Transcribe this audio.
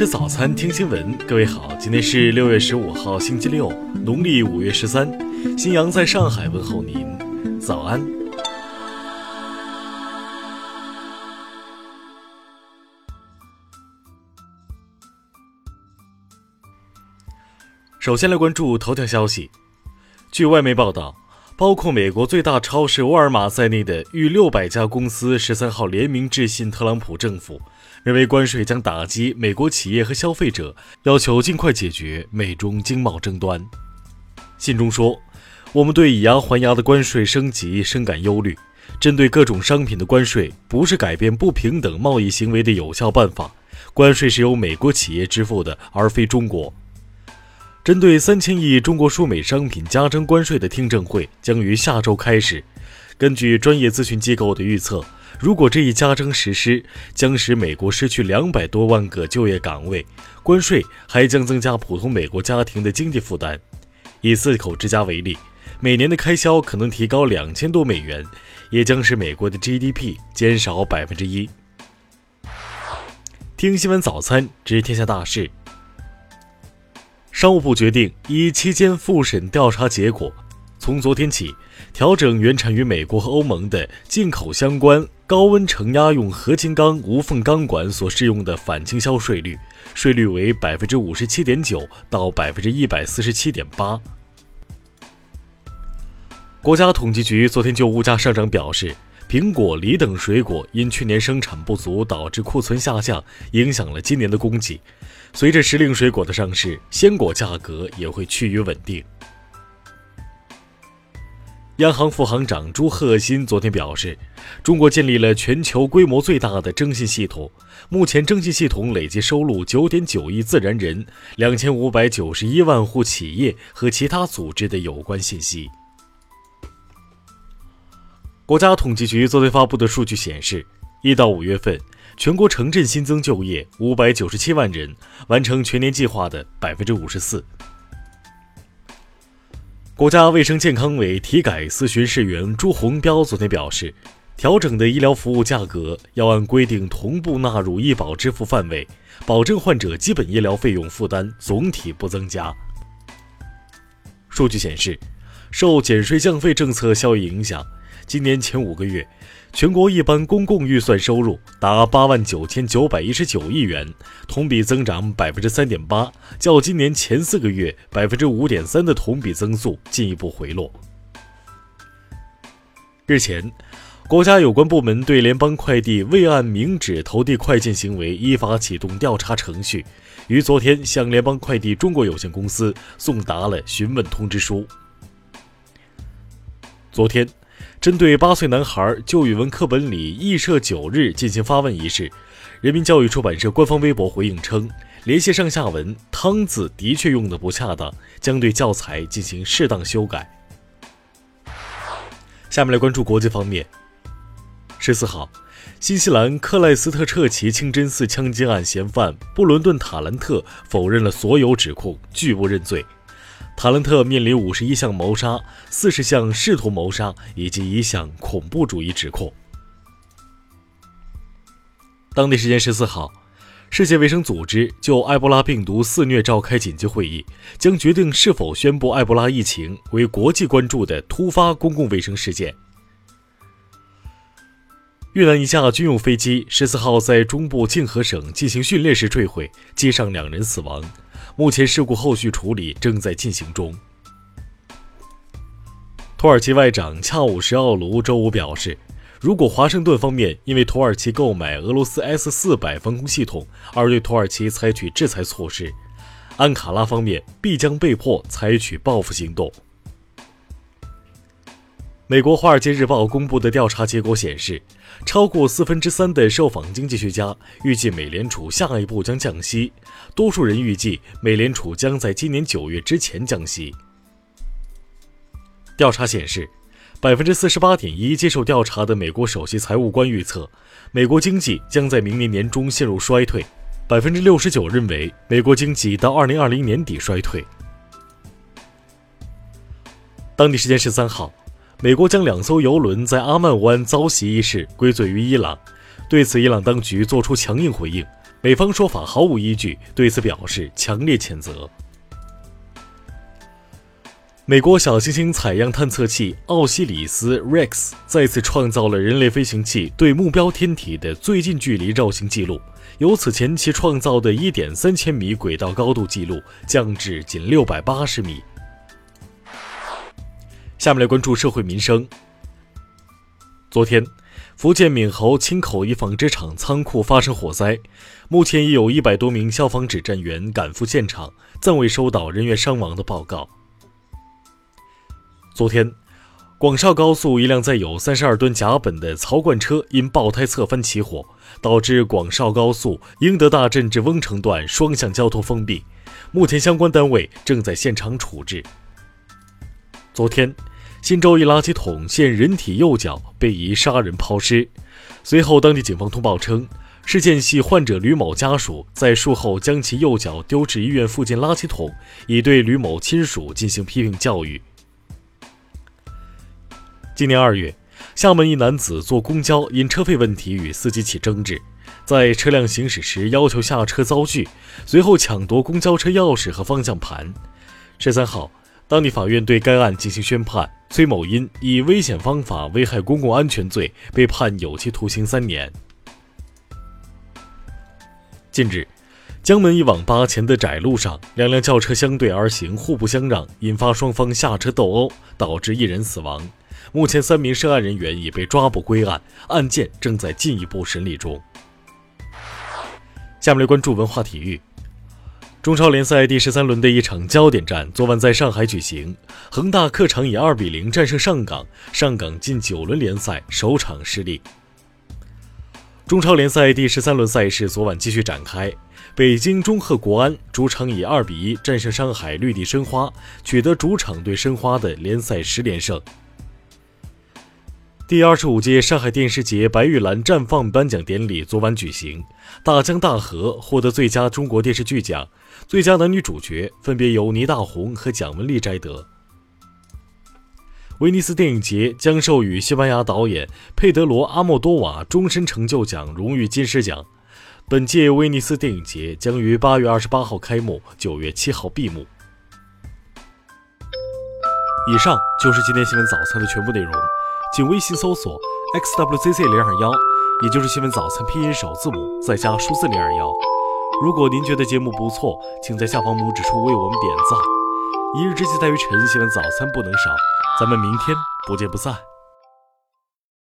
吃早餐，听新闻。各位好，今天是6月15号，星期六，农历5月13。新阳在上海问候您，早安。首先来关注头条消息。据外媒报道，包括美国最大超市沃尔玛在内的逾600家公司13号联名致信特朗普政府，认为关税将打击美国企业和消费者，要求尽快解决美中经贸争端。信中说，我们对以牙还牙的关税升级深感忧虑，针对各种商品的关税不是改变不平等贸易行为的有效办法，关税是由美国企业支付的，而非中国。针对3000亿中国输美商品加征关税的听证会将于下周开始。根据专业咨询机构的预测，如果这一加征实施，将使美国失去200多万个就业岗位，关税还将增加普通美国家庭的经济负担。以4口之家为例，每年的开销可能提高2000多美元，也将使美国的 GDP 减少1%。听新闻早餐，知天下大事。商务部决定依期间复审调查结果，从昨天起调整原产于美国和欧盟的进口相关高温承压用合金钢无缝钢管所适用的反倾销税率，税率为 57.9% 到 147.8%。国家统计局昨天就物价上涨表示，苹果、梨等水果因去年生产不足导致库存下降，影响了今年的供给。随着时令水果的上市，鲜果价格也会趋于稳定。央行副行长朱鹤新昨天表示，中国建立了全球规模最大的征信系统，目前征信系统累计收录 9.9 亿自然人、2591万户企业和其他组织的有关信息。国家统计局昨天发布的数据显示，1到5月份，全国城镇新增就业597万人，完成全年计划的 54%。国家卫生健康委体改司巡视员朱红标昨天表示，调整的医疗服务价格要按规定同步纳入医保支付范围，保证患者基本医疗费用负担总体不增加。数据显示，受减税降费政策效益影响，今年前5个月，全国一般公共预算收入达89919亿元，同比增长 3.8%， 较今年前4个月 5.3% 的同比增速进一步回落。日前，国家有关部门对联邦快递未按明址投递快件行为依法启动调查程序，于昨天向联邦快递中国有限公司送达了询问通知书。昨天，针对8岁男孩就语文课本里羿射9日进行发问一事，人民教育出版社官方微博回应称，联系上下文汤字的确用得不恰当，将对教材进行适当修改。下面来关注国际方面。14号，新西兰克莱斯特彻奇清真寺枪击案嫌犯布伦顿·塔兰特否认了所有指控，拒不认罪。塔兰特面临51项谋杀、40项试图谋杀以及1项恐怖主义指控。当地时间14号，世界卫生组织就埃博拉病毒肆虐召开紧急会议，将决定是否宣布埃博拉疫情为国际关注的突发公共卫生事件。越南一架军用飞机14号在中部静和省进行训练时坠毁，机上2人死亡。目前事故后续处理正在进行中。土耳其外长恰武什奥卢周五表示，如果华盛顿方面因为土耳其购买俄罗斯 S-400 防空系统而对土耳其采取制裁措施，安卡拉方面必将被迫采取报复行动。美国《华尔街日报》公布的调查结果显示，超过3%的受访经济学家预计美联储下一步将降息，多数人预计美联储将在今年9月之前降息。调查显示， 48.1% 接受调查的美国首席财务官预测，美国经济将在明年年中陷入衰退， 69% 认为美国经济到2020年底衰退。当地时间13号，美国将2艘油轮在阿曼湾遭袭一事归罪于伊朗，对此伊朗当局作出强硬回应， 美方说法毫无依据，对此表示强烈谴责。美国小行星采样探测器奥西里斯 Rex 再次创造了人类飞行器对目标天体的最近距离绕行记录，由此前期创造的 1.3千米轨道高度记录降至仅680米。下面来关注社会民生。昨天，福建闽侯青口一纺织厂仓库发生火灾，目前已有100多名消防指战员赶赴现场，暂未收到人员伤亡的报告。昨天，广绍高速一辆载有32吨甲苯的槽罐车因爆胎侧翻起火，导致广绍高速英德大镇至翁城段双向交通封闭，目前相关单位正在现场处置。昨天，新州一垃圾桶现人体右脚被疑杀人抛尸，随后当地警方通报称，事件系患者吕某家属在术后将其右脚丢至医院附近垃圾桶，已对吕某亲属进行批评教育。今年2月，厦门一男子坐公交因车费问题与司机起争执，在车辆行驶时要求下车遭拒，随后抢夺公交车钥匙和方向盘。13号，当地法院对该案进行宣判，崔某因以危险方法危害公共安全罪被判有期徒刑3年。近日，江门一网吧前的窄路上，两辆轿车相对而行，互不相让，引发双方下车斗殴，导致1人死亡。目前3名涉案人员已被抓捕归案，案件正在进一步审理中。下面来关注文化体育。中超联赛第13轮的一场焦点战昨晚在上海举行，恒大客场以2-0战胜上港，上港近9轮联赛首场失利。中超联赛第13轮赛事昨晚继续展开，北京中赫国安主场以2-1战胜上海绿地申花，取得主场对申花的联赛10连胜。第25届上海电视节白玉兰绽放颁奖典礼昨晚举行，大江大河获得最佳中国电视剧奖，最佳男女主角分别由倪大红和蒋雯丽摘得。威尼斯电影节将授予西班牙导演佩德罗·阿莫多瓦终身成就奖荣誉金狮奖。本届威尼斯电影节将于8月28号开幕，9月7号闭幕。以上就是今天新闻早餐的全部内容，请微信搜索 xwzc021，也就是新闻早餐拼音首字母再加数字021。如果您觉得节目不错，请在下方拇指处为我们点赞。一日之计在于晨，新闻早餐不能少，咱们明天不见不散。